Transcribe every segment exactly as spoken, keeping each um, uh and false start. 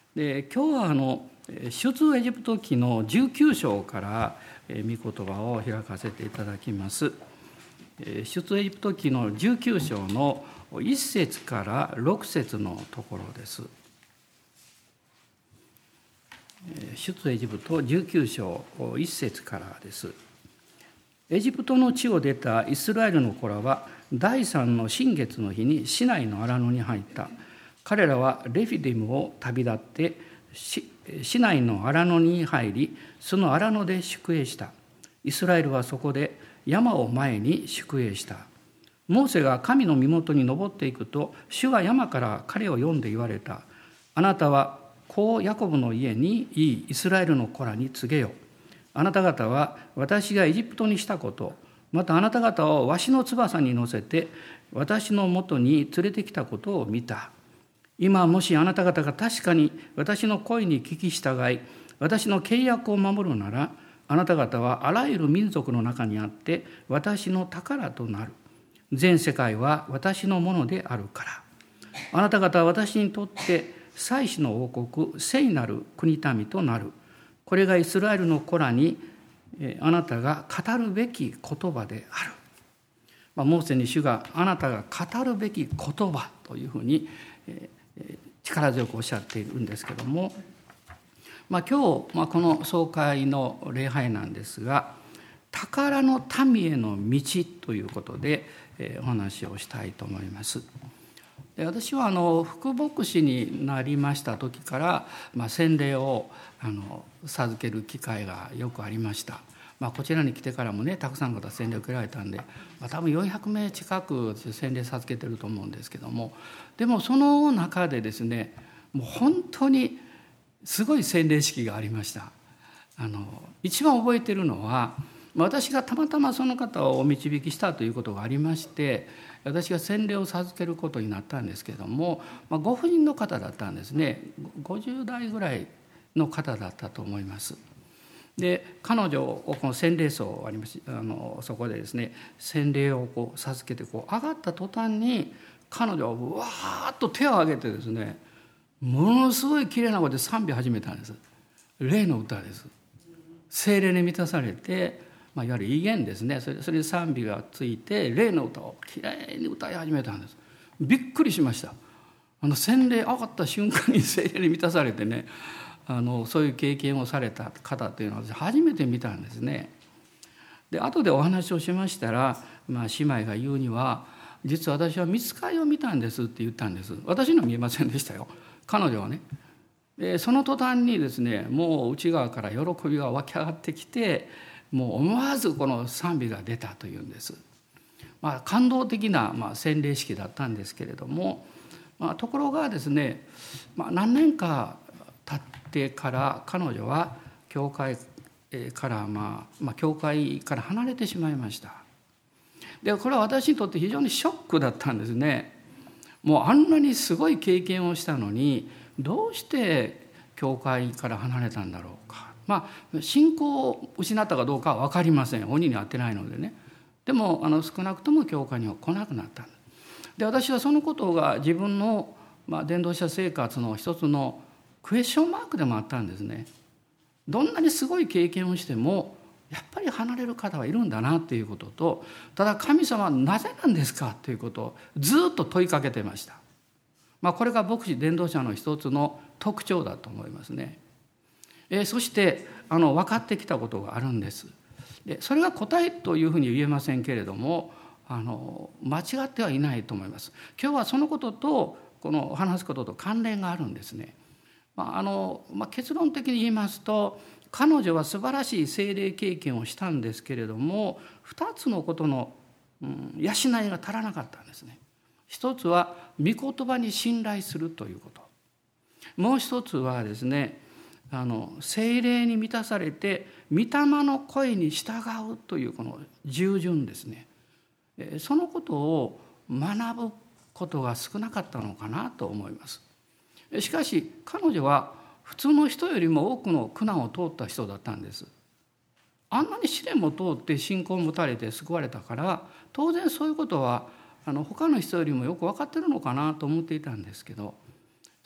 で今日はあの出エジプト記のじゅうきゅう章から御言葉を開かせていただきます。出エジプト記のじゅうきゅう章のいっ節からろく節のところです。出エジプトじゅうきゅう章いっ節からです。エジプトの地を出たイスラエルの子らは第三の新月の日にシナイの荒野に入った。彼らはレフィディムを旅立ってシナイの荒野に入り、その荒野で宿営した。イスラエルはそこで山を前に宿営した。モーセが神の身元に登っていくと、主が山から彼を呼んで言われた。あなたは子ヤコブの家にいいイスラエルの子らに告げよ。あなた方は私がエジプトにしたこと、またあなた方をわしの翼に乗せて私のもとに連れてきたことを見た。今もしあなた方が確かに私の声に聞き従い、私の契約を守るなら、あなた方はあらゆる民族の中にあって私の宝となる。全世界は私のものであるから。あなた方は私にとって祭司の王国、聖なる国民となる。これがイスラエルの子らにあなたが語るべき言葉である。まあ、モーセに主があなたが語るべき言葉というふうに力強くおっしゃっているんですけども、まあ、今日、まあ、この総会の礼拝なんですが、宝の民への道ということでお話をしたいと思います。で私はあの副牧師になりました時から、まあ、洗礼をあの授ける機会がよくありました。まあ、こちらに来てからもね、たくさんの方洗礼を受けられたんで、まあ、多分よんひゃくめい近く洗礼授けてると思うんですけども、でもその中でですね、もう本当にすごい洗礼式がありました。あの一番覚えているのは、私がたまたまその方をお導きしたということがありまして、私が洗礼を授けることになったんですけれども、まあ、ご婦人の方だったんですね。ごじゅう代ぐらいの方だったと思います。で彼女をこの洗礼槽ありますあのそこでですね、洗礼をこう授けてこう上がった途端に、彼女はうわーっと手を挙げてですね、ものすごい綺麗な声で賛美を始めたんです。霊の歌です。聖霊に満たされて、まあ、いわゆる威厳ですね、それそれで賛美がついて霊の歌をきれいに歌い始めたんです。びっくりしました。あの洗礼上がった瞬間に聖霊に満たされてね、あのそういう経験をされた方というのは私初めて見たんですね。で後でお話をしましたら、まあ、姉妹が言うには、実は私は御使いを見たんですって言ったんです。私には見えませんでしたよ、彼女はね。でその途端にですね、もう内側から喜びが湧き上がってきて、もう思わずこの賛美が出たというんです。まあ、感動的な、まあ、洗礼式だったんですけれども、まあ、ところがですね、まあ、何年か経ってから彼女は教会から、まあ、まあ教会から離れてしまいました。でこれは私にとって非常にショックだったんですね。もうあんなにすごい経験をしたのに、どうして教会から離れたんだろうか。まあ信仰を失ったかどうかは分かりません。本人に会ってないのでね。でもあの少なくとも教会には来なくなったんです。で私はそのことが自分の、まあ、伝道者生活の一つのクエスチョンマークでもあったんですね。どんなにすごい経験をしてもやっぱり離れる方はいるんだなということと、ただ神様はなぜなんですかということをずっと問いかけてました。まあ、これが牧師伝道者の一つの特徴だと思いますね。えー、そしてあの分かってきたことがあるんです。でそれが答えというふうに言えませんけれども、あの間違ってはいないと思います。今日はそのこととこの話すことと関連があるんですね。まああのまあ、結論的に言いますと、彼女は素晴らしい聖霊経験をしたんですけれども、ふたつのことの、うん、養いが足らなかったんですね。一つは御言葉に信頼するということ。もう一つはですね、あの聖霊に満たされて御霊の声に従うというこの従順ですね。そのことを学ぶことが少なかったのかなと思います。しかし彼女は普通の人よりも多くの苦難を通った人だったんです。あんなに試練も通って信仰を持たれて救われたから、当然そういうことはあの他の人よりもよく分かってるのかなと思っていたんですけど、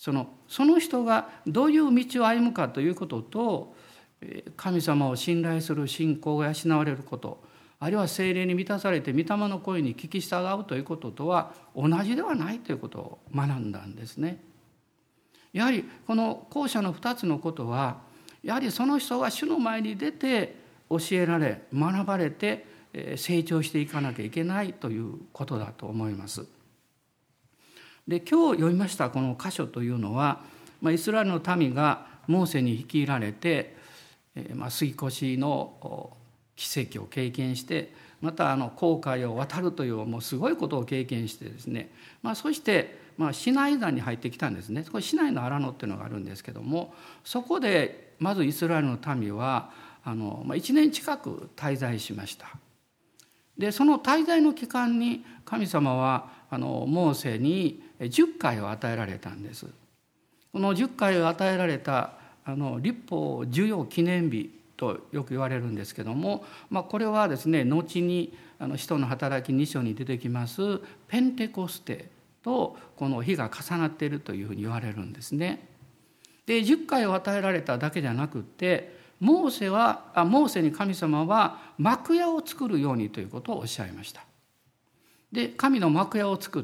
そのその人がどういう道を歩むかということと、神様を信頼する信仰が養われること、あるいは聖霊に満たされて御霊の声に聞き従うということとは同じではないということを学んだんですね。やはりこの後者のふたつのことは、やはりその人が主の前に出て教えられ学ばれて成長していかなきゃいけないということだと思います。で、今日読みましたこの箇所というのは、まあ、イスラエルの民がモーセに率いられて、まあ、杉越の奇跡を経験して、またあの紅海を渡るというもうすごいことを経験してですね、まあ、そしてまあシナイ山に入ってきたんですね。これシナイの荒野っていうのがあるんですけども、そこでまずイスラエルの民はあの、まあ、いちねん近く滞在しました。でその滞在の期間に神様はあのモーセにじゅっかいを与えられたんです。このじゅっかいを与えられたあの律法受容記念日とよく言われるんですけども、まあ、これはですね、後にあの使徒の働きに章に出てきますペンテコステとこの日が重なっているというふうに言われるんですね。でじゅっかいを与えられただけじゃなくってモーセはあモーセに神様は幕屋を作るようにということをおっしゃいました。で神の幕屋を作って、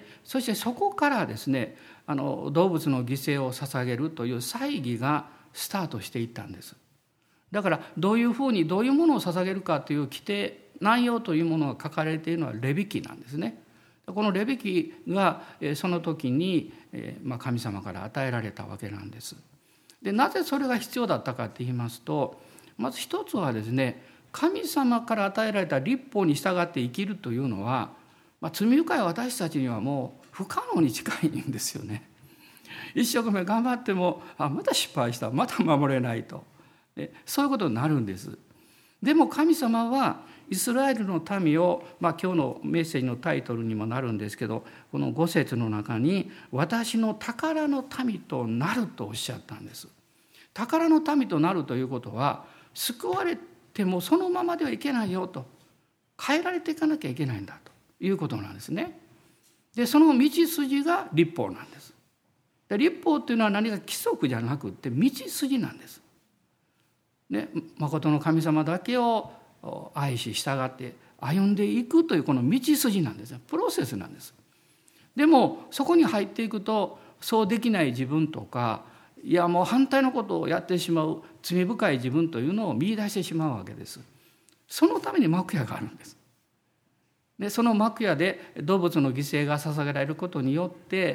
そしてそこからですね、あの動物の犠牲を捧げるという祭儀がスタートしていったんです。だからどういうふうにどういうものを捧げるかという規定内容というものが書かれているのはレビ記なんですね。このレビ記がその時に神様から与えられたわけなんです。でなぜそれが必要だったかと言いますと、まず一つはですね、神様から与えられた律法に従って生きるというのは、まあ、罪深い私たちにはもう不可能に近いんですよね。一生懸命頑張ってもあまた失敗した、また守れないと、そういうことになるんです。でも神様はイスラエルの民を、まあ、今日のメッセージのタイトルにもなるんですけど、このご節の中に私の宝の民となるとおっしゃったんです。宝の民となるということは、救われてもそのままではいけないよと、変えられていかなきゃいけないんだということなんですね。でその道筋が律法なんです。で律法っていうのは何か規則じゃなくって道筋なんです。ね、誠の神様だけを愛し従って歩んでいくというこの道筋なんです。プロセスなんです。でもそこに入っていくと、そうできない自分とか、いやもう反対のことをやってしまう罪深い自分というのを見出してしまうわけです。そのために幕屋があるんです。でその幕屋で動物の犠牲が捧げられることによって、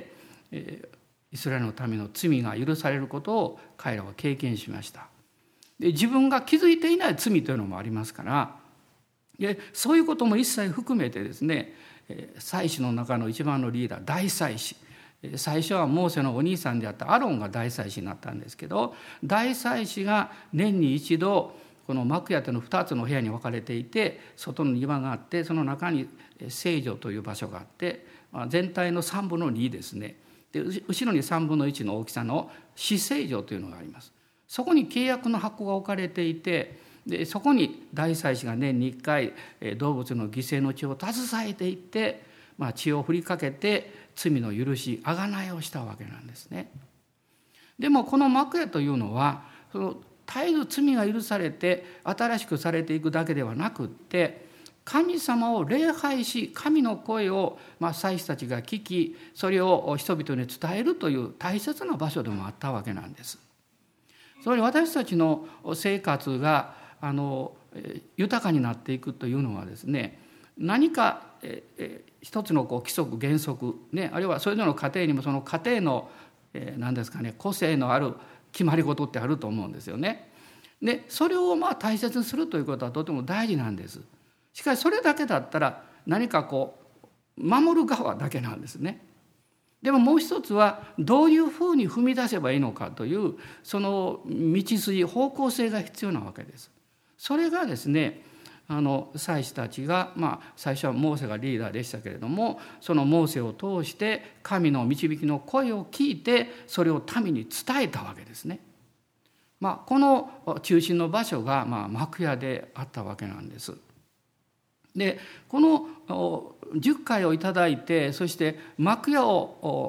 えー、イスラエルの民の罪が許されることを彼らは経験しました。で自分が気づいていない罪というのもありますから、でそういうことも一切含めてですね、祭司の中の一番のリーダー、大祭司、最初はモーセのお兄さんであったアロンが大祭司になったんですけど、大祭司が年に一度この幕屋というのふたつの部屋に分かれていて、外の庭があって、その中に聖所という場所があって、全体のさんぶんのにですね、で後ろにさんぶんのいちの大きさの至聖所というのがあります。そこに契約の箱が置かれていて、でそこに大祭司が年にいっかい動物の犠牲の血を携えていって、まあ、血を振りかけて罪の許し贖いをしたわけなんですね。でもこの幕屋というのは、その絶えず罪が許されて新しくされていくだけではなくって、神様を礼拝し、神の声をまあ祭司たちが聞き、それを人々に伝えるという大切な場所でもあったわけなんです。つまり私たちの生活があの豊かになっていくというのはですね、何かええ一つのこう規則原則、ね、あるいはそれぞれの家庭にもその家庭の、えー、何ですかね、個性のある決まり事ってあると思うんですよね。でそれをまあ大切にするということはとても大事なんです。しかしそれだけだったら何かこう守る側だけなんですね。でももう一つはどういうふうに踏み出せばいいのかというその道筋、方向性が必要なわけです。それがですね、あの祭司たちが、まあ、最初はモーセがリーダーでしたけれども、そのモーセを通して神の導きの声を聞いてそれを民に伝えたわけですね。まあ、この中心の場所が、まあ、幕屋であったわけなんです。でこのじゅっかいをいただいて、そして幕屋を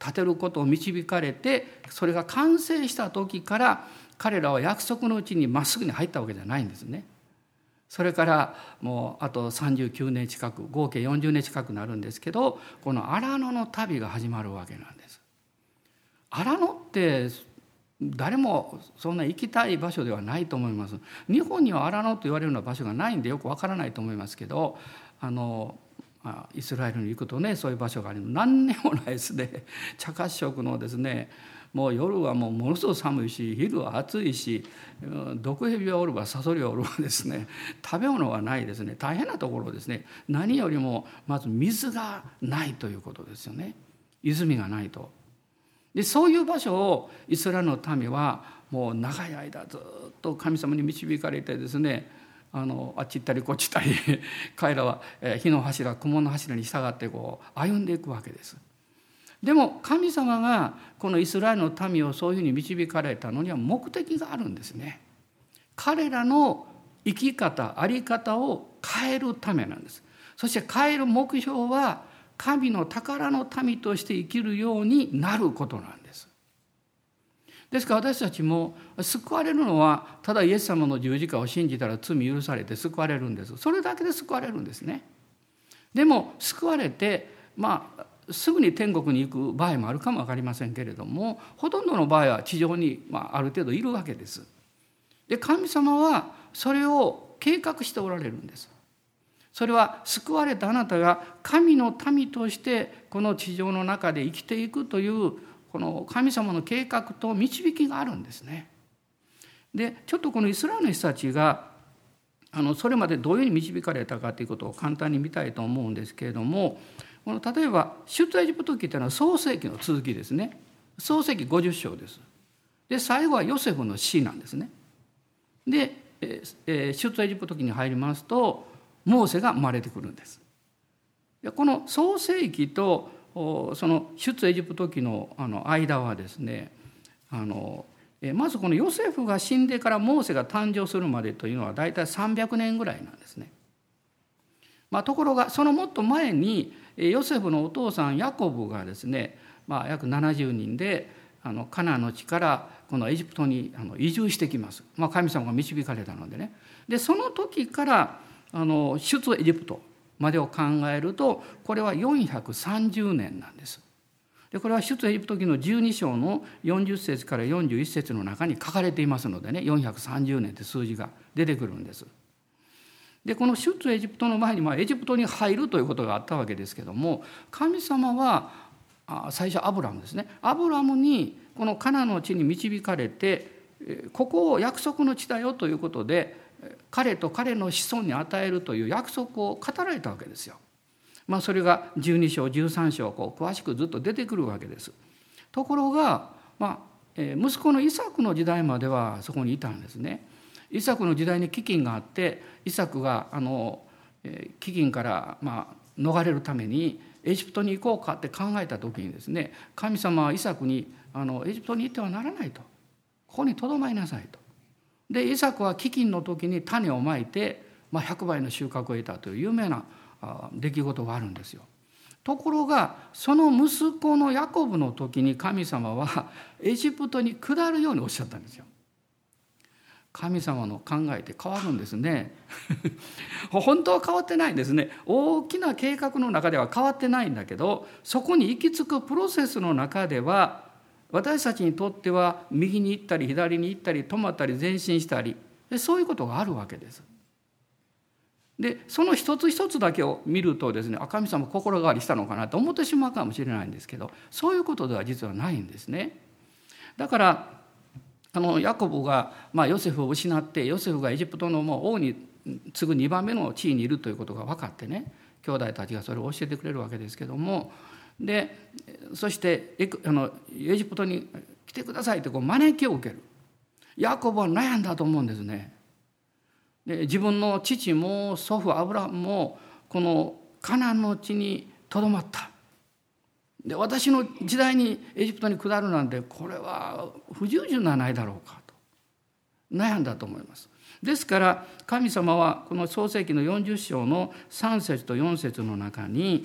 建てることを導かれて、それが完成した時から彼らは約束のうちにまっすぐに入ったわけじゃないんですね。それからもうあとさんじゅうきゅうねん近く、合計よんじゅうねん近くなるんですけど、この荒野の旅が始まるわけなんです。荒野って誰もそんな行きたい場所ではないと思います。日本には荒野と言われるような場所がないんでよくわからないと思いますけど、あのイスラエルに行くとね、そういう場所があるの何年もないですね。茶褐色のですね、もう夜はもうものすごく寒いし、昼は暑いし、毒蛇はおるわサソリはおるわですね、食べ物はないですね。大変なところですね。何よりもまず水がないということですよね。泉がないと。でそういう場所をイスラエルの民はもう長い間ずっと神様に導かれてですね、あのあっち行ったりこっち行ったり彼らは火の柱雲の柱に従ってこう歩んでいくわけです。でも神様がこのイスラエルの民をそういうふうに導かれたのには目的があるんですね。彼らの生き方あり方を変えるためなんです。そして変える目標は神の宝の民として生きるようになることなんです。ですから私たちも救われるのはただイエス様の十字架を信じたら罪許されて救われるんです。それだけで救われるんですね。でも救われてまあすぐに天国に行く場合もあるかも分かりませんけれども、ほとんどの場合は地上にまあある程度いるわけです。で神様はそれを計画しておられるんです。それは救われたあなたが神の民としてこの地上の中で生きていくというこの神様の計画と導きがあるんですね。でちょっとこのイスラエルの人たちがあのそれまでどういうふうに導かれたかということを簡単に見たいと思うんですけれども、この例えば出エジプト記というのは創世記の続きですね。創世記ごじゅっ章です。で最後はヨセフの死なんですね。で、えー、出エジプト記に入りますとモーセが生まれてくるんです。でこの創世記とその出エジプト記の間はですね、あのまずこのヨセフが死んでからモーセが誕生するまでというのはだいたいさんびゃくねんぐらいなんですね。まあ、ところがそのもっと前にヨセフのお父さんヤコブがですね、まあ、約ななじゅうにんであのカナンの地からこのエジプトにあの移住してきます。まあ、神様が導かれたのでね。でその時からあの出エジプトまでを考えるとこれはよんひゃくさんじゅうねんなんです。でこれは出エジプト記のじゅうに章のよんじゅっ節からよんじゅういち節の中に書かれていますのでね、よんひゃくさんじゅうねんって数字が出てくるんです。でこの出エジプトの前に、まあ、エジプトに入るということがあったわけですけども、神様は最初アブラムですね、アブラムにこのカナンの地に導かれて、ここを約束の地だよということで彼と彼の子孫に与えるという約束を語られたわけですよ。まあ、それがじゅうに章じゅうさん章こう詳しくずっと出てくるわけです。ところが、まあ、息子のイサクの時代まではそこにいたんですね。イサクの時代に飢饉があって、イサクがあの飢饉からまあ逃れるためにエジプトに行こうかって考えた時にですね、神様はイサクにあのエジプトに行ってはならないと、ここにとどまりなさいと。でイサクは飢饉の時に種をまいて、まあ、ひゃくばいの収穫を得たという有名な出来事があるんですよ。ところがその息子のヤコブの時に神様はエジプトに下るようにおっしゃったんですよ。神様の考えって変わるんですね。本当は変わってないんですね。大きな計画の中では変わってないんだけど、そこに行き着くプロセスの中では私たちにとっては右に行ったり左に行ったり止まったり前進したり、そういうことがあるわけです。でその一つ一つだけを見るとですね、神様心変わりしたのかなと思ってしまうかもしれないんですけど、そういうことでは実はないんですね。だからあのヤコブが、まあ、ヨセフを失って、ヨセフがエジプトのもう王に次ぐにばんめの地位にいるということが分かってね、兄弟たちがそれを教えてくれるわけですけども、でそしてあのエジプトに来てくださいってこう招きを受ける。ヤコブは悩んだと思うんですね。で自分の父も祖父アブラハムもこのカナンの地にとどまった。で私の時代にエジプトに下るなんてこれは不従順ではないだろうかと悩んだと思います。ですから神様はこの創世記のよんじゅっ章のさん節とよん節の中に、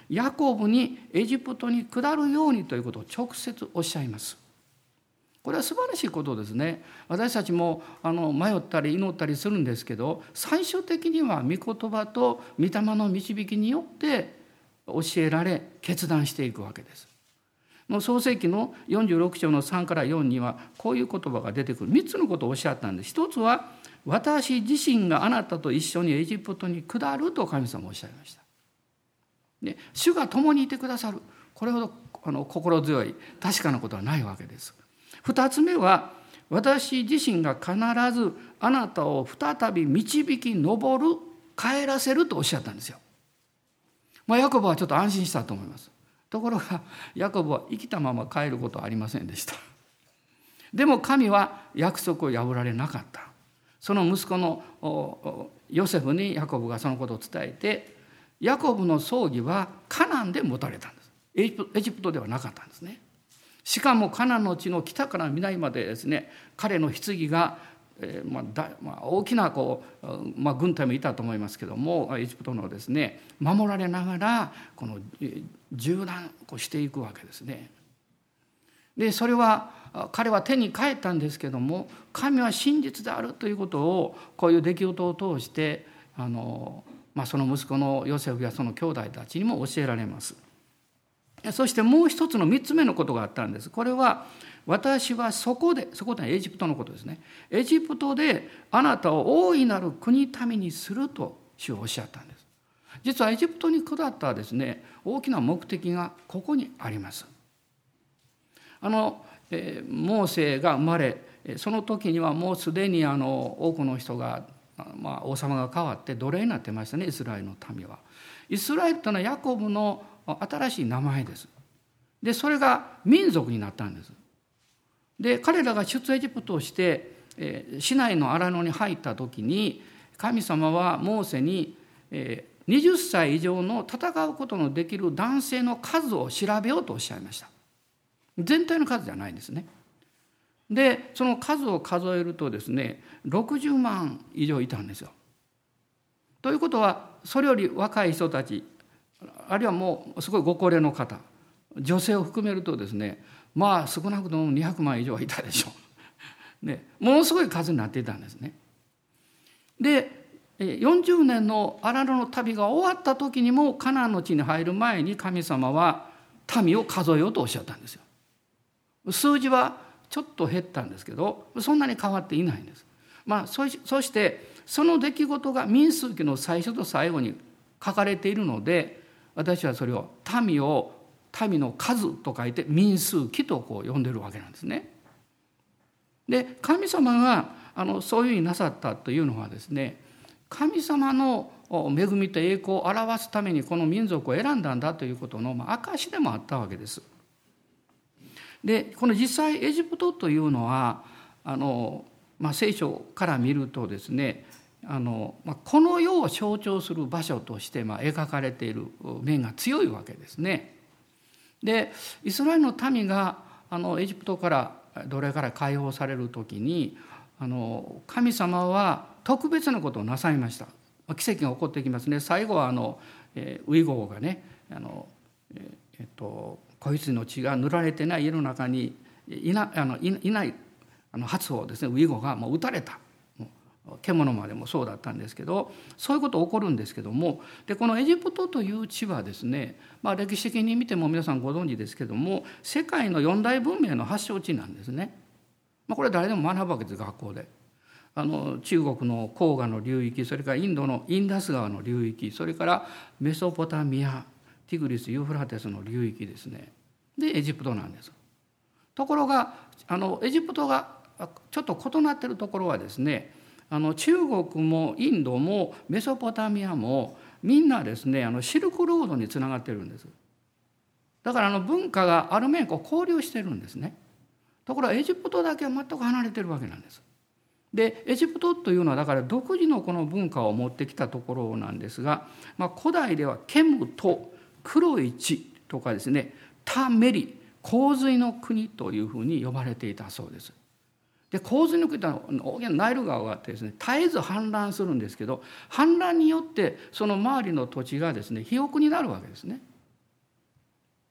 ヤコブにエジプトに下るようにということを直接おっしゃいます。これは素晴らしいことですね。私たちもあの迷ったり祈ったりするんですけど、最終的には御言葉と御霊の導きによって教えられ決断していくわけです。創世記のよんじゅうろく章のさんからよんにはこういう言葉が出てくる。みっつのことをおっしゃったんです。一つは、私自身があなたと一緒にエジプトに下ると神様おっしゃいました。で、主が共にいてくださる。これほどあの心強い確かなことはないわけです。二つ目は、私自身が必ずあなたを再び導き上る、帰らせるとおっしゃったんですよ。まあ、ヤコブはちょっと安心したと思います。ところがヤコブは生きたまま帰ることはありませんでした。でも神は約束を破られなかった。その息子のヨセフにヤコブがそのことを伝えて、ヤコブの葬儀はカナンで持たれたんです。エジプトではなかったんですね。しかもカナンの地の北から南までですね、彼の棺が、えーまあだまあ、大きなこう、まあ、軍隊もいたと思いますけども、エジプトのですね守られながらこの縦断をしていくわけですね。でそれは彼は手に帰ったんですけども、神は真実であるということをこういう出来事を通してあの、まあ、その息子のヨセフやその兄弟たちにも教えられます。そしてもう一つの三つ目のことがあったんです。これは、私はそこで、そこでエジプトのことですね。エジプトであなたを大いなる国民にすると主はおっしゃったんです。実はエジプトに下ったですね、大きな目的がここにあります。あの、えー、モーセが生まれ、その時にはもうすでにあの多くの人が、まあ、王様が変わって奴隷になってましたね、イスラエルの民は。イスラエルというのはヤコブの新しい名前です。で、それが民族になったんです。で、彼らが出エジプトをして、えー、市内の荒野に入った時に、神様はモーセに、えー、はたち以上の戦うことのできる男性の数を調べようとおっしゃいました。全体の数じゃないんですね。で、その数を数えるとですね、ろくじゅうまん以上いたんですよ。ということは、それより若い人たち、あるいはもうすごいご高齢の方、女性を含めるとですね、まあ少なくともにひゃくまん以上はいたでしょう。ね、ものすごい数になっていたんですね。で、よんじゅうねんの荒野の旅が終わった時にも、カナンの地に入る前に神様は民を数えようとおっしゃったんですよ。数字はちょっと減ったんですけど、そんなに変わっていないんです。まあ、そしてその出来事が民数記の最初と最後に書かれているので、私はそれを民を民の数と書いて民数記とこう呼んでるわけなんですね。で、神様があのそういうふうになさったというのはですね、神様の恵みと栄光を表すためにこの民族を選んだんだということの、まあ、証でもあったわけです。で、この実際エジプトというのはあの、まあ、聖書から見るとですね、あの、まあ、この世を象徴する場所として、まあ、描かれている面が強いわけですね。で、イスラエルの民があのエジプトから奴隷から解放される時に、あの神様は特別なことをなさいました。奇跡が起こってきますね。最後はあの、えー、ウイゴーがね、あの、えーえっと、子羊の血が塗られてない家の中にいな、あの、いないあの初をですね、ウイゴーがもう撃たれた。獣までもそうだったんですけど、そういうこと起こるんですけども、でこのエジプトという地はですね、まあ、歴史的に見ても皆さんご存知ですけども、世界の四大文明の発祥地なんですね。まあ、これは誰でも学ぶわけです、学校で。あの中国の黄河の流域、それからインドのインダス川の流域、それからメソポタミア、ティグリス・ユーフラテスの流域ですね。でエジプトなんです。ところがあのエジプトがちょっと異なっているところはですね、あの中国もインドもメソポタミアもみんなですね、あのシルクロードにつながっているんです。だからあの文化がある面こう交流しているんですね。ところがエジプトだけは全く離れているわけなんです。でエジプトというのはだから独自のこの文化を持ってきたところなんですが、まあ、古代ではケムと黒い地とかですね、タメリ、洪水の国というふうに呼ばれていたそうです。で洪水の国というのは大きなナイル川があってですね、絶えず氾濫するんですけど、氾濫によってその周りの土地がですね、肥沃になるわけですね。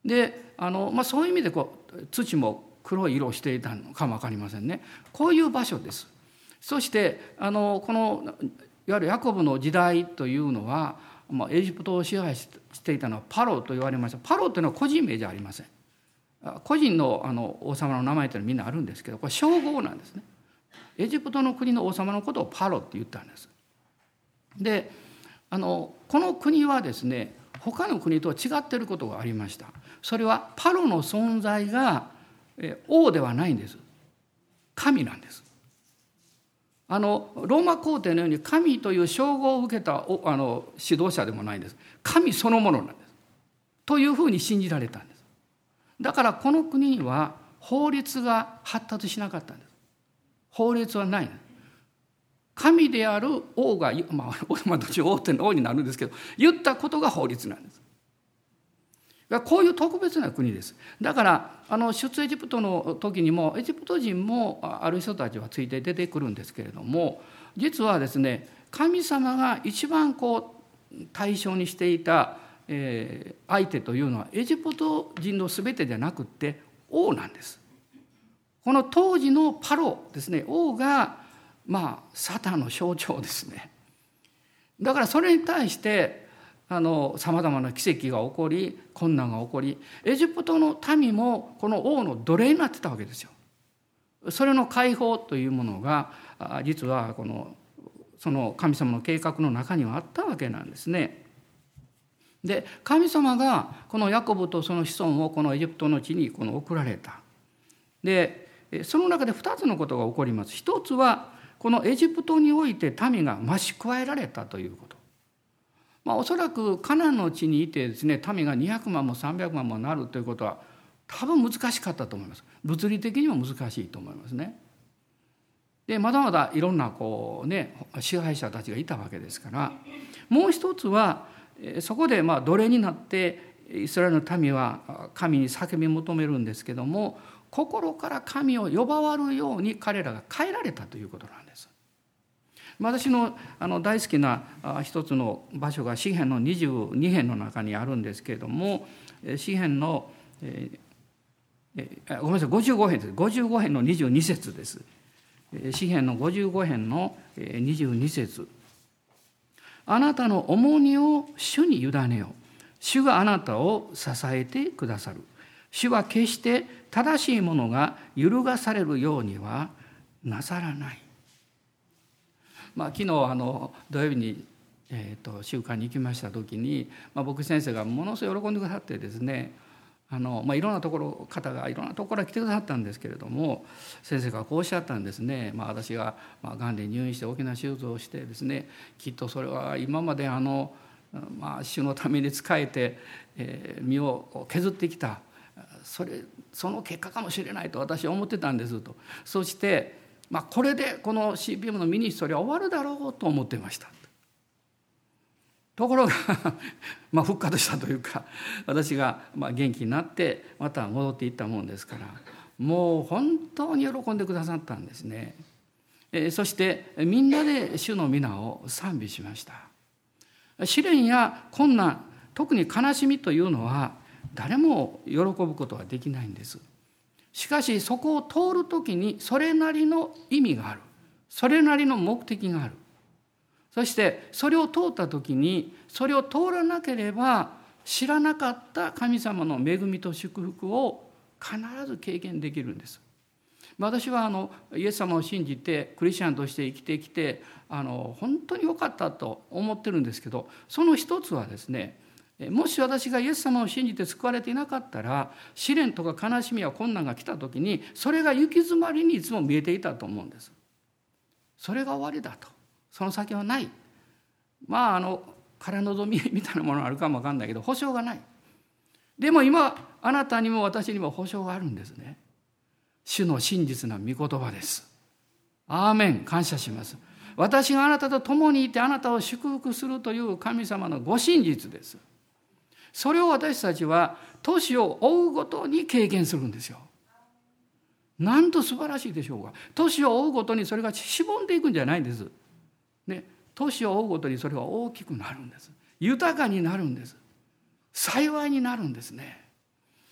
であの、まあ、そういう意味でこう土も黒い色をしていたのかも分かりませんね。こういう場所です。そしてあのこのいわゆるヤコブの時代というのは、まあ、エジプトを支配していたのはパロと言われました。パロというのは個人名じゃありません。個人 の, あの王様の名前というのはみんなあるんですけど、これ称号なんですね。エジプトの国の王様のことをパロって言ったんです。であのこの国はですね、他の国とは違っていることがありました。それはパロの存在が王ではないんです。神なんです。あのローマ皇帝のように神という称号を受けたあの指導者でもないんです。神そのものなんです。というふうに信じられたんです。だからこの国には法律が発達しなかったんです。法律はないんです。神である王が、まあ、まあ、どっち王って王になるんですけど、言ったことが法律なんです。こういう特別な国です。だからあの出エジプトの時にもエジプト人もある人たちはついて出てくるんですけれども、実はですね、神様が一番こう対象にしていた、えー、相手というのはエジプト人の全てじゃなくって王なんです。この当時のパロですね、王がまあサタンの象徴ですね。だからそれに対してあのさまざまな奇跡が起こり、困難が起こり、エジプトの民もこの王の奴隷になってたわけですよ。それの解放というものが実はこのその神様の計画の中にはあったわけなんですね。で神様がこのヤコブとその子孫をこのエジプトの地にこの送られた。でその中でふたつのことが起こります。一つはこのエジプトにおいて民が増し加えられたということ。まあ、おそらくカナンの地にいてですね、民がにひゃくまんもさんびゃくまんもなるということは多分難しかったと思います。物理的にも難しいと思いますね。でまだまだいろんなこう、ね、支配者たちがいたわけですから、もう一つはそこでまあ奴隷になってイスラエルの民は神に叫び求めるんですけども、心から神を呼ばわるように彼らが変えられたということなんです。私 の, あの大好きな一つの場所が詩編のにじゅうに編の中にあるんですけれども、詩編の、えー、ごめんなさいごじゅうご編です。ごじゅうご編のにじゅうに節です。詩編のごじゅうご編のにじゅうに節。あなたの重荷を主に委ねよ。主があなたを支えてくださる。主は決して正しいものが揺るがされるようにはなさらない。まあ、昨日あの土曜日に、えー、と集会に行きました時に、まあ、僕先生がものすごい喜んでくださってですね、あの、まあ、いろんなところ方がいろんなところに来てくださったんですけれども、先生がこうおっしゃったんですね。まあ、私ががんで入院して大きな手術をしてですね、きっとそれは今まであの、まあ、主のために仕えて、えー、身を削ってきたそれその結果かもしれないと私は思ってたんですと。そしてまあ、これでこの シーピーエム のミニストリーは終わるだろうと思ってました。ところがまあ復活したというか、私がまあ元気になってまた戻っていったもんですから、もう本当に喜んでくださったんですね。えー、そしてみんなで主の皆を賛美しました。試練や困難、特に悲しみというのは誰も喜ぶことはできないんです。しかしそこを通るときにそれなりの意味がある。それなりの目的がある。そしてそれを通ったときにそれを通らなければ知らなかった神様の恵みと祝福を必ず経験できるんです。私はあのイエス様を信じてクリスチャンとして生きてきてあの本当に良かったと思ってるんですけど、その一つはですね、もし私がイエス様を信じて救われていなかったら、試練とか悲しみや困難が来た時にそれが行き詰まりにいつも見えていたと思うんです。それが終わりだと、その先はない。まああの空望みみたいなものがあるかも分かんないけど保証がない。でも今あなたにも私にも保証があるんですね。主の真実な御言葉です。アーメン。感謝します。私があなたと共にいてあなたを祝福するという神様のご真実です。それを私たちは年を追うごとに経験するんですよ。なんと素晴らしいでしょうか。年を追うごとにそれがしぼんでいくんじゃないんです。ね、年を追うごとにそれは大きくなるんです。豊かになるんです。幸いになるんですね。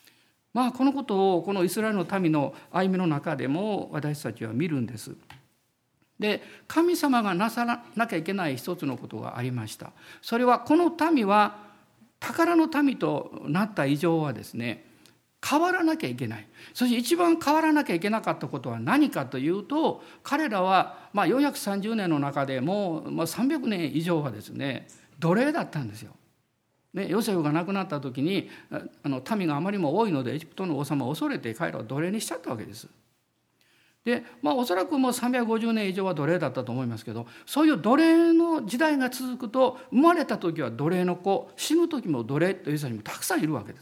まあこのことをこのイスラエルの民の歩みの中でも私たちは見るんです。で、神様がなさなきゃいけない一つのことがありました。それはこの民は宝の民となった以上はですね、変わらなきゃいけない。そして一番変わらなきゃいけなかったことは何かというと、彼らはまあよんひゃくさんじゅうねんの中でもまあさんびゃくねん以上はですね、奴隷だったんですよ。ね、ヨセフが亡くなった時にあの民があまりも多いのでエジプトの王様を恐れて彼らを奴隷にしちゃったわけです。で、まあおそらくもうさんびゃくごじゅうねん以上は奴隷だったと思いますけど、そういう奴隷の時代が続くと、生まれた時は奴隷の子、死ぬ時も奴隷という人にもたくさんいるわけです。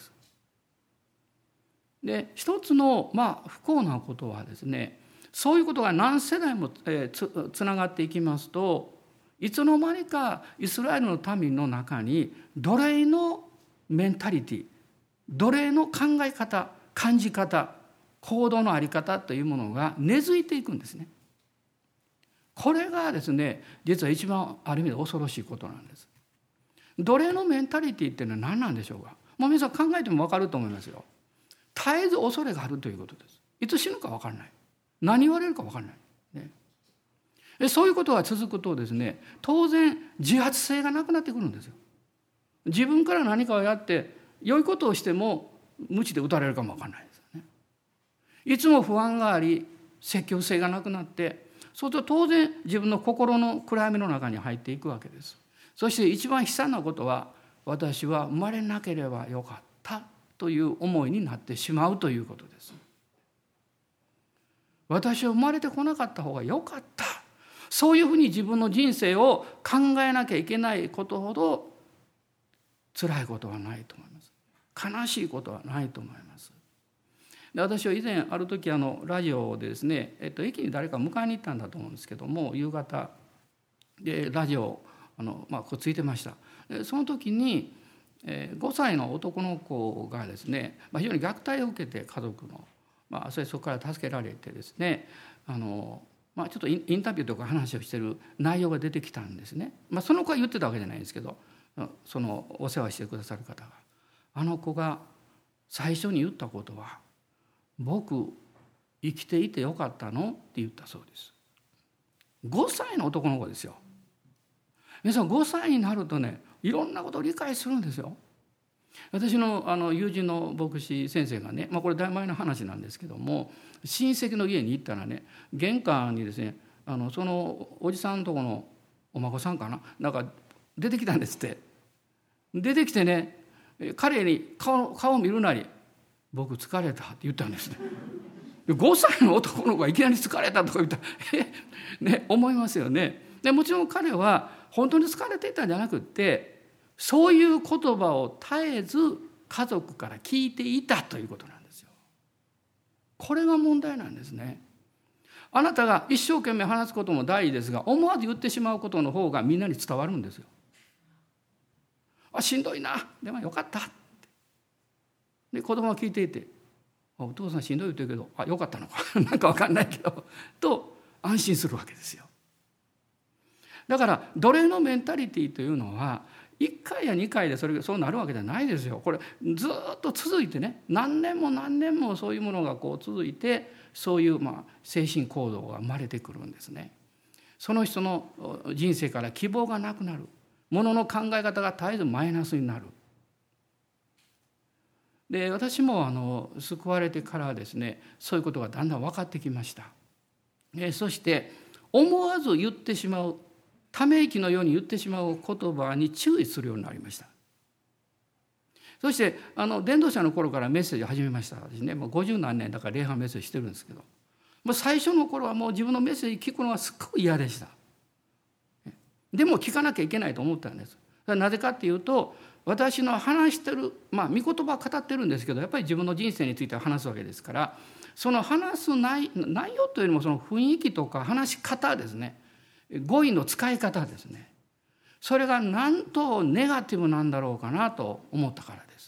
で、一つのまあ不幸なことはですね、そういうことが何世代もつつながっていきますと、いつの間にかイスラエルの民の中に奴隷のメンタリティ、奴隷の考え方、感じ方、行動の在り方というものが根付いていくんですね。これがですね、実は一番ある意味で恐ろしいことなんです。奴隷のメンタリティっていうのは何なんでしょうか。もう皆さん考えても分かると思いますよ。絶えず恐れがあるということです。いつ死ぬか分からない。何言われるか分からない。ね、そういうことが続くとですね、当然自発性がなくなってくるんですよ。自分から何かをやって良いことをしても無知で打たれるかも分からないですよね。いつも不安があり、積極性がなくなって、そうすると当然自分の心の暗闇の中に入っていくわけです。そして一番悲惨なことは、私は生まれなければよかったという思いになってしまうということです。私は生まれてこなかった方がよかった。そういうふうに自分の人生を考えなきゃいけないことほど辛いことはないと思います。悲しいことはないと思います。で、私は以前ある時あのラジオでですね、えっと、駅に誰か迎えに行ったんだと思うんですけども、夕方でラジオあの、まあ、こうついてました。でその時に、えー、ごさいの男の子がですね、まあ、非常に虐待を受けて家族の、まあ、それそこから助けられてですね、あのまあ、ちょっとインタビューとか話をしている内容が出てきたんですね。まあ、その子は言ってたわけじゃないんですけど、そのお世話してくださる方が、あの子が最初に言ったことは、僕生きていてよかったのって言ったそうです。ごさいの男の子ですよ。皆さんごさいになるとね、いろんなことを理解するんですよ。私 の, あの友人の牧師先生がね、まあ、これだいぶ前の話なんですけども、親戚の家に行ったらね、玄関にですね、あのそのおじさんのとこのお孫さんかな、なんか出てきたんですって。出てきてね、彼に 顔, 顔を見るなり、僕疲れたって言ったんですね。ごさいの男の子がいきなり疲れたとか言ったらえ、ね、思いますよね。でもちろん彼は本当に疲れていたんじゃなくって、そういう言葉を絶えず家族から聞いていたということなんですよ。これが問題なんですね。あなたが一生懸命話すことも大事ですが、思わず言ってしまうことの方がみんなに伝わるんですよ。あ、しんどいな、でもよかったって。で、子供は聞いていて、お父さんしんどい言ってるけど、あ、よかったのかなんか分かんないけどと安心するわけですよ。だから奴隷のメンタリティというのはいっかいやにかいでそれがそうなるわけじゃないですよ。これずっと続いてね、何年も何年もそういうものがこう続いて、そういうまあ精神行動が生まれてくるんですね。その人の人生から希望がなくなる、ものの考え方が絶えずマイナスになる。で、私もあの救われてからですね、そういうことがだんだん分かってきました。で、そして思わず言ってしまう、ため息のように言ってしまう言葉に注意するようになりました。そしてあの伝道者の頃からメッセージを始めました。私ね、もうごじゅう何年だから礼拝メッセージしてるんですけど、もう最初の頃はもう自分のメッセージ聞くのがすっごく嫌でした。でも聞かなきゃいけないと思ったんです。なぜかっていうと、私の話してる、まあ御言葉を語ってるんですけど、やっぱり自分の人生について話すわけですから、その話す 内, 内容というよりもその雰囲気とか話し方ですね、語彙の使い方ですね、それがなんとネガティブなんだろうかなと思ったからです。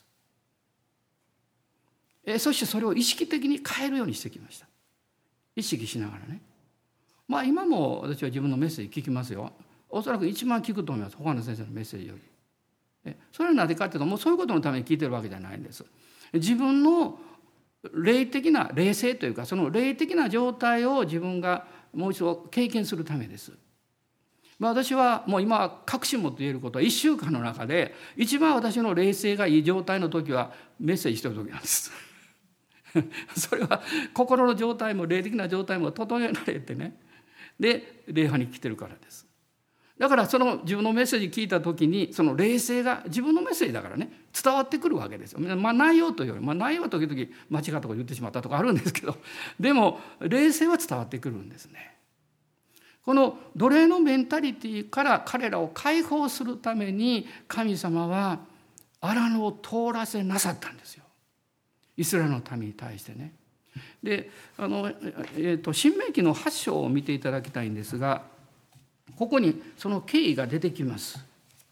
えそしてそれを意識的に変えるようにしてきました。意識しながらね。まあ今も私は自分のメッセージ聞きますよ。おそらく一番聞くと思います、他の先生のメッセージより。それはなぜかというと、もうそういうことのために聞いてるわけじゃないんです。自分の霊的な霊性というか、その霊的な状態を自分がもう一度経験するためです。まあ、私はもう今確信持って言えることは、いっしゅうかんの中で一番私の霊性がいい状態の時はメッセージしてる時なんですそれは心の状態も霊的な状態も整えられてね、で礼拝に来てるからです。だからその自分のメッセージ聞いた時に、その霊性が自分のメッセージだからね、伝わってくるわけですよ。まあ、内容というより、まあ、内容は時々間違ったこと言ってしまったとかあるんですけど、でも霊性は伝わってくるんですね。この奴隷のメンタリティから彼らを解放するために、神様は荒野を通らせなさったんですよ、イスラエルの民に対してね。で、あの、えーと、申命記のはち章を見ていただきたいんですが、ここにその経緯が出てきます。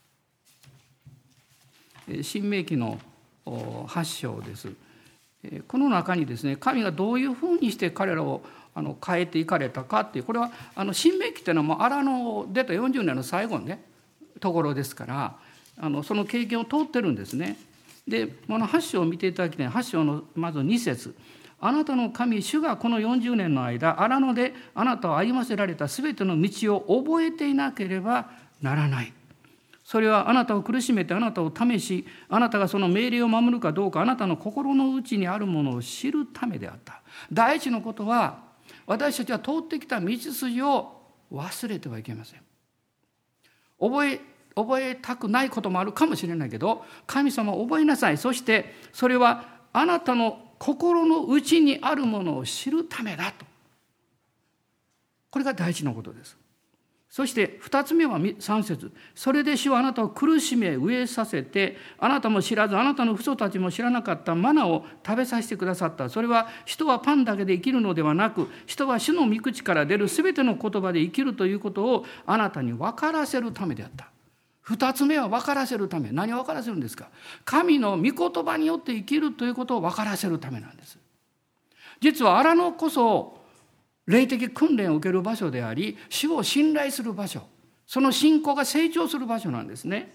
申命記のはち章です。この中にですね、神がどういうふうにして彼らをあの変えていかれたかっていう、これはあの申命記っていうのはもう荒野を出たよんじゅうねんの最後のねところですから、あのその経験を通ってるんですね。で、このはち章を見ていただきたい。はち章のまずに節。あなたの神主がこのよんじゅうねんの間、荒野であなたを歩ませられたすべての道を覚えていなければならない。それはあなたを苦しめてあなたを試し、あなたがその命令を守るかどうか、あなたの心の内にあるものを知るためであった。第一のことは、私たちは通ってきた道筋を忘れてはいけません。覚え覚えたくないこともあるかもしれないけど、神様を覚えなさい。そしてそれはあなたの心の内にあるものを知るためだと。これが第一のことです。そして二つ目は三節。それで主はあなたを苦しめ飢えさせて、あなたも知らずあなたの父祖たちも知らなかったマナを食べさせてくださった。それは人はパンだけで生きるのではなく、人は主の御口から出るすべての言葉で生きるということをあなたに分からせるためであった。二つ目は分からせるため。何を分からせるんですか？神の御言葉によって生きるということを分からせるためなんです。実は荒野こそ霊的訓練を受ける場所であり、主を信頼する場所、その信仰が成長する場所なんですね。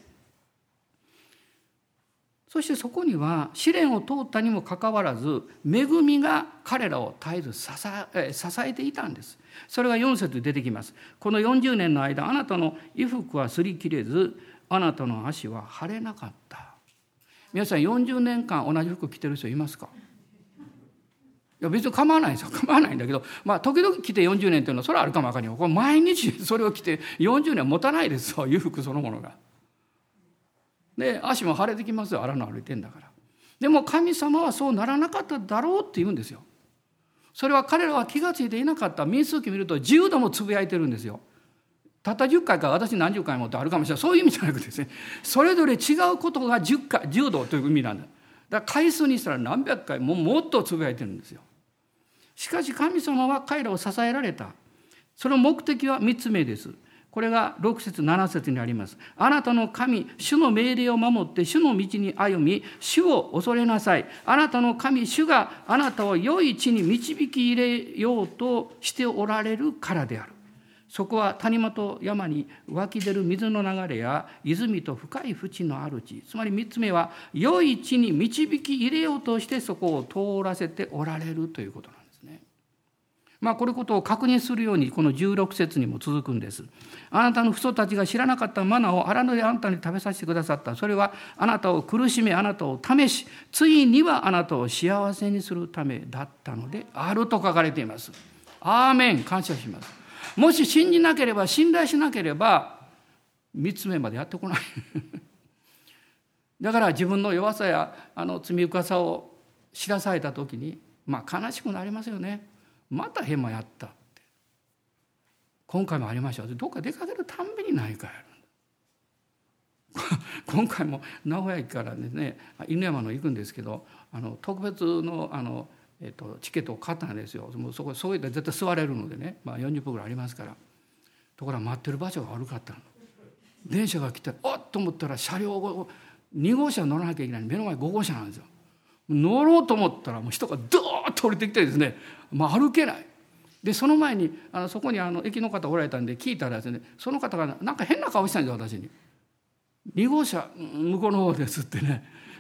そしてそこには試練を通ったにもかかわらず、恵みが彼らを絶えず支え、支えていたんです。それがよん節で出てきます。このよんじゅうねんの間、あなたの衣服は擦り切れず、あなたの足は腫れなかった。皆さんよんじゅうねんかん同じ服着てる人いますか？いや別に構わないんですよ。構わないんだけど、まあ時々着てよんじゅうねんというのはそれはあるかもわかんない。これ毎日それを着てよんじゅうねん持たないですよ、衣服そのものが。で、足も腫れてきますよ、荒野歩いてんだから。でも神様はそうならなかっただろうって言うんですよ。それは彼らは気がついていなかった。民数記見るとじゅうどもつぶやいてるんですよ。たったじゅっかいから私何十回もってあるかもしれない。そういう意味じゃなくてですね、それぞれ違うことがじゅっかい、じゅうどという意味なんだ。だから回数にしたら何百回ももっとつぶやいてるんですよ。しかし神様は彼らを支えられた。その目的はみっつめです。これがろく節なな節にあります。あなたの神、主の命令を守って主の道に歩み、主を恐れなさい。あなたの神、主があなたを良い地に導き入れようとしておられるからである。そこは谷間と山に湧き出る水の流れや泉と深い淵のある地。つまりみっつめは良い地に導き入れようとしてそこを通らせておられるということなんですね。まあこれことを確認するようにこのじゅうろく節にも続くんです。あなたの父祖たちが知らなかったマナを荒野であなたに食べさせてくださった。それはあなたを苦しめ、あなたを試し、ついにはあなたを幸せにするためだったのであると書かれています。アーメン、感謝します。もし信じなければ、信頼しなければみっつめまでやってこないだから自分の弱さやあの罪深さを知らされた時に、まあ悲しくなりますよね。またヘマやったって、今回もありました。どっか出かけるたんびに何かやる今回も名古屋駅からですね、犬山の行くんですけど、あの特別のあのえっと、チケットを買ったんですよ。もうそこそういったら絶対座れるのでね、まあ、よんじゅっぷんぐらいありますから。ところが待ってる場所が悪かったの。電車が来たらあっと思ったら車両をに号車乗らなきゃいけない。目の前ご号車なんですよ。乗ろうと思ったらもう人がドーッと降りてきてですね、まあ、歩けない。でその前にあのそこにあの駅の方おられたんで聞いたらですね、その方がなんか変な顔したんですよ、私に。に号車向こうの方ですってね。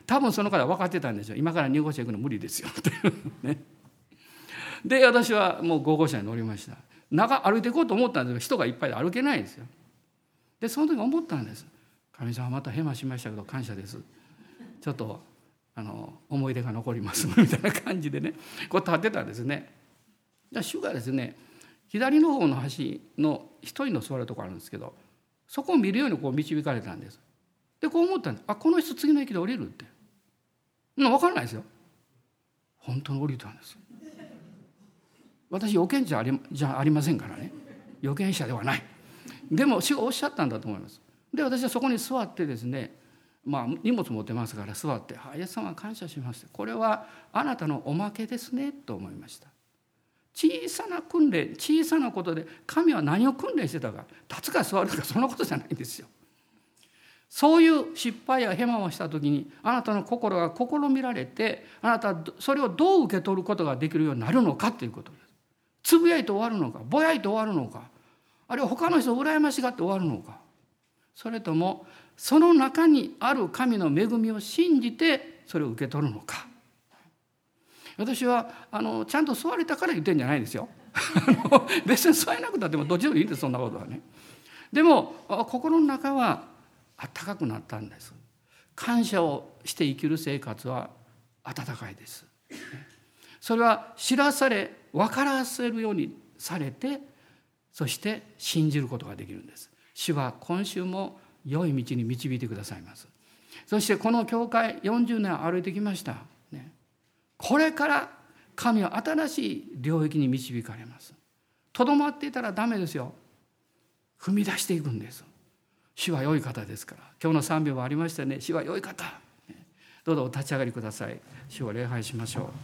多分その方は分かってたんですよ。今から入校舎行くの無理ですよってね。で私はもうご号車に乗りました。中歩いていこうと思ったんですけど人がいっぱいで歩けないんですよ。でその時思ったんです。神様またヘマしましたけど感謝です。ちょっとあの思い出が残りますみたいな感じでねこう立ってたんですね。主がですね左の方の端の一人の座るところあるんですけどそこを見るようにこう導かれたんです。でこう思ったんです。あこの人次の駅で降りるって分からないですよ。本当に降りたんです。私予見者じゃありませんからね。予見者ではない。でも主がおっしゃったんだと思います。で私はそこに座ってですねまあ荷物持ってますから座って「イエス様感謝します」これはあなたのおまけですねと思いました。小さな訓練小さなことで神は何を訓練してたか立つか座るかそんなことじゃないんですよ。そういう失敗やヘマをした時にあなたの心が試みられてあなたはそれをどう受け取ることができるようになるのかということです。つぶやいて終わるのかぼやいて終わるのかあるいは他の人を羨ましがって終わるのかそれともその中にある神の恵みを信じてそれを受け取るのか。私はあのちゃんと座れたから言ってるんじゃないんですよあの別に座れなくたってもどっちでもいいんですそんなことはね。でも心の中は温かくなったんです。感謝をして生きる生活は温かいです。それは知らされ分からせるようにされてそして信じることができるんです。主は今週も良い道に導いてくださいます。そしてこの教会よんじゅうねん歩いてきました、ね、これから神は新しい領域に導かれます。とどまっていたらダメですよ。踏み出していくんです。主は良い方ですから。今日の賛美もありましたね。主は良い方。どうぞお立ち上がりください。主を礼拝しましょう。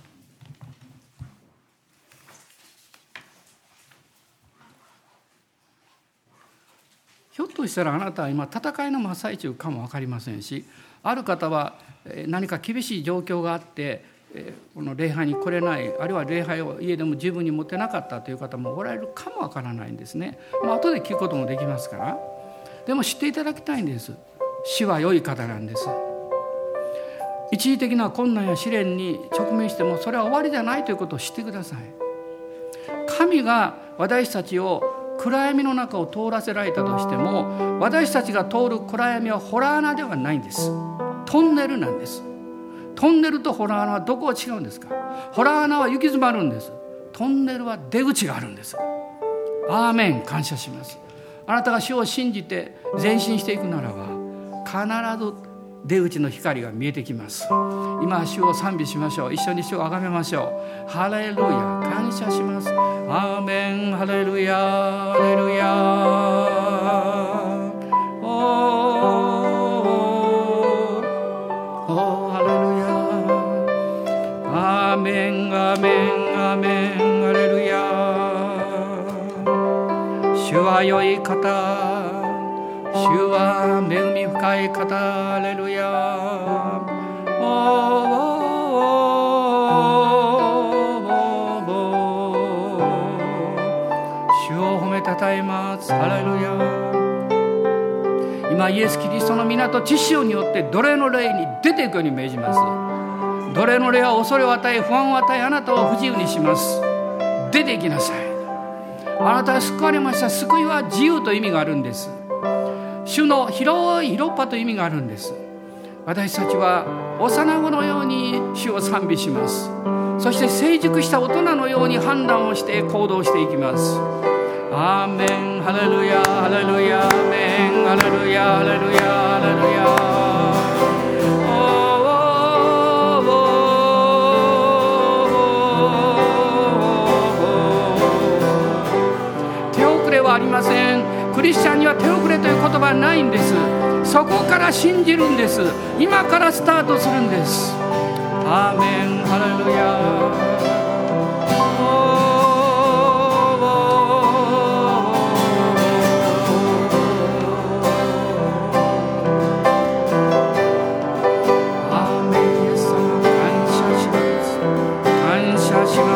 ひょっとしたらあなたは今戦いの真っ最中かも分かりませんし、ある方は何か厳しい状況があってこの礼拝に来れない、あるいは礼拝を家でも十分に持ってなかったという方もおられるかも分からないんですね。まあ後で聞くこともできますから。でも知っていただきたいんです。主は良い方なんです。一時的な困難や試練に直面してもそれは終わりじゃないということを知ってください。神が私たちを暗闇の中を通らせられたとしても私たちが通る暗闇はホラー穴ではないんです。トンネルなんです。トンネルとホラー穴はどこが違うんですか。ホラー穴は行き詰まるんです。トンネルは出口があるんです。アーメン。感謝します。あなたが主を信じて前進していくならば必ず出口の光が見えてきます。今主を賛美しましょう。一緒に主をあがめましょう。ハレルヤ。感謝します。アーメン。ハレルヤハレルヤおおハレルヤアーメンアーメンアーメンハレルヤ。主は良い方、主は恵み深い方。ハレルヤお主を褒めたたえます。ハレルヤ。今イエス・キリストの皆と知識によって奴隷の霊に出ていくように命じます。奴隷の霊は恐れを与え不安を与えあなたを不自由にします。出ていきなさい。あなたは救われました。救いは自由という意味があるんです。主の広い広っ端という意味があるんです。私たちは幼子のように主を賛美します。そして成熟した大人のように判断をして行動していきます。アーメンハレルヤハレルヤアーメンハレルヤハレルヤハレルヤ。手遅れはありません。クリスチャンには手遅れという言葉はないんです。そこから信じるんです。今からスタートするんです。アーメンハレルヤ。アーメンイエス様感謝します感謝します。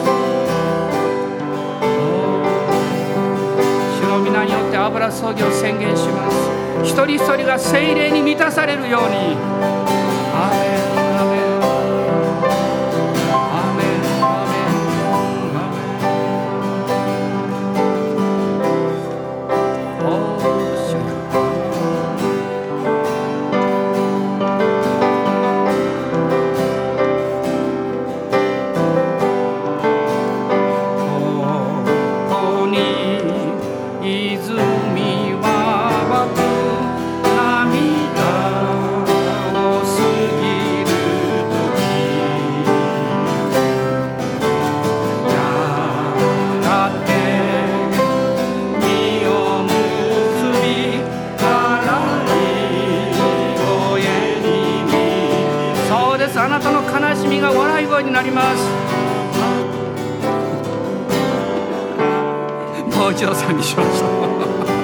主の皆によって油注ぎを宣言します。一人一人が聖霊に満たされるようにあなたの悲しみが笑い声になります。もう一度賛美しましょう。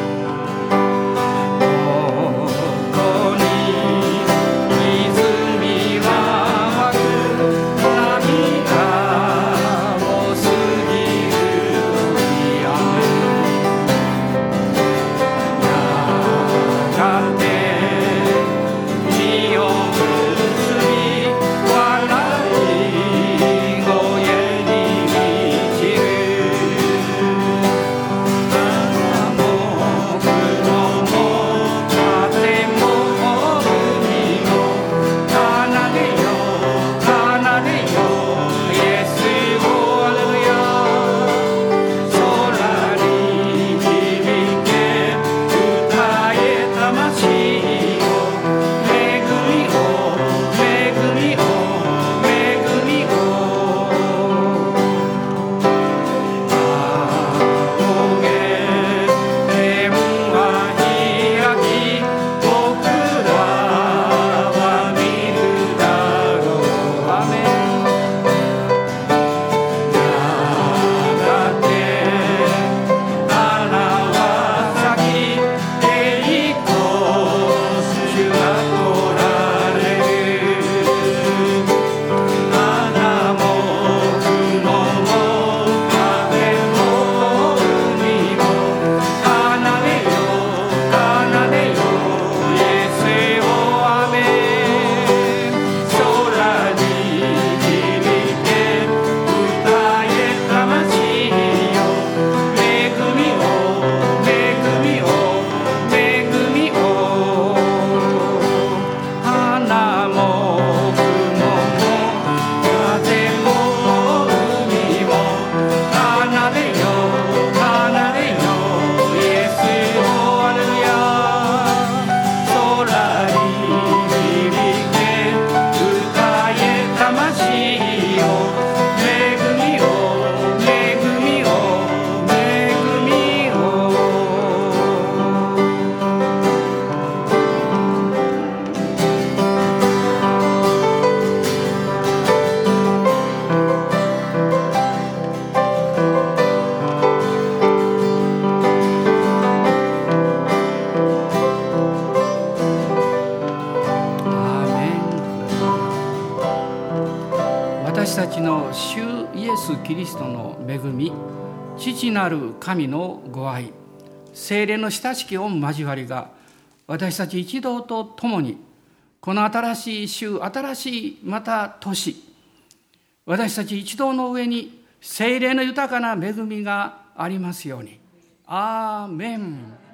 私たちの主イエス・キリストの恵み、父なる神のご愛、聖霊の親しき御交わりが私たち一同と共にこの新しい週、新しいまた年、私たち一同の上に聖霊の豊かな恵みがありますように。アーメン。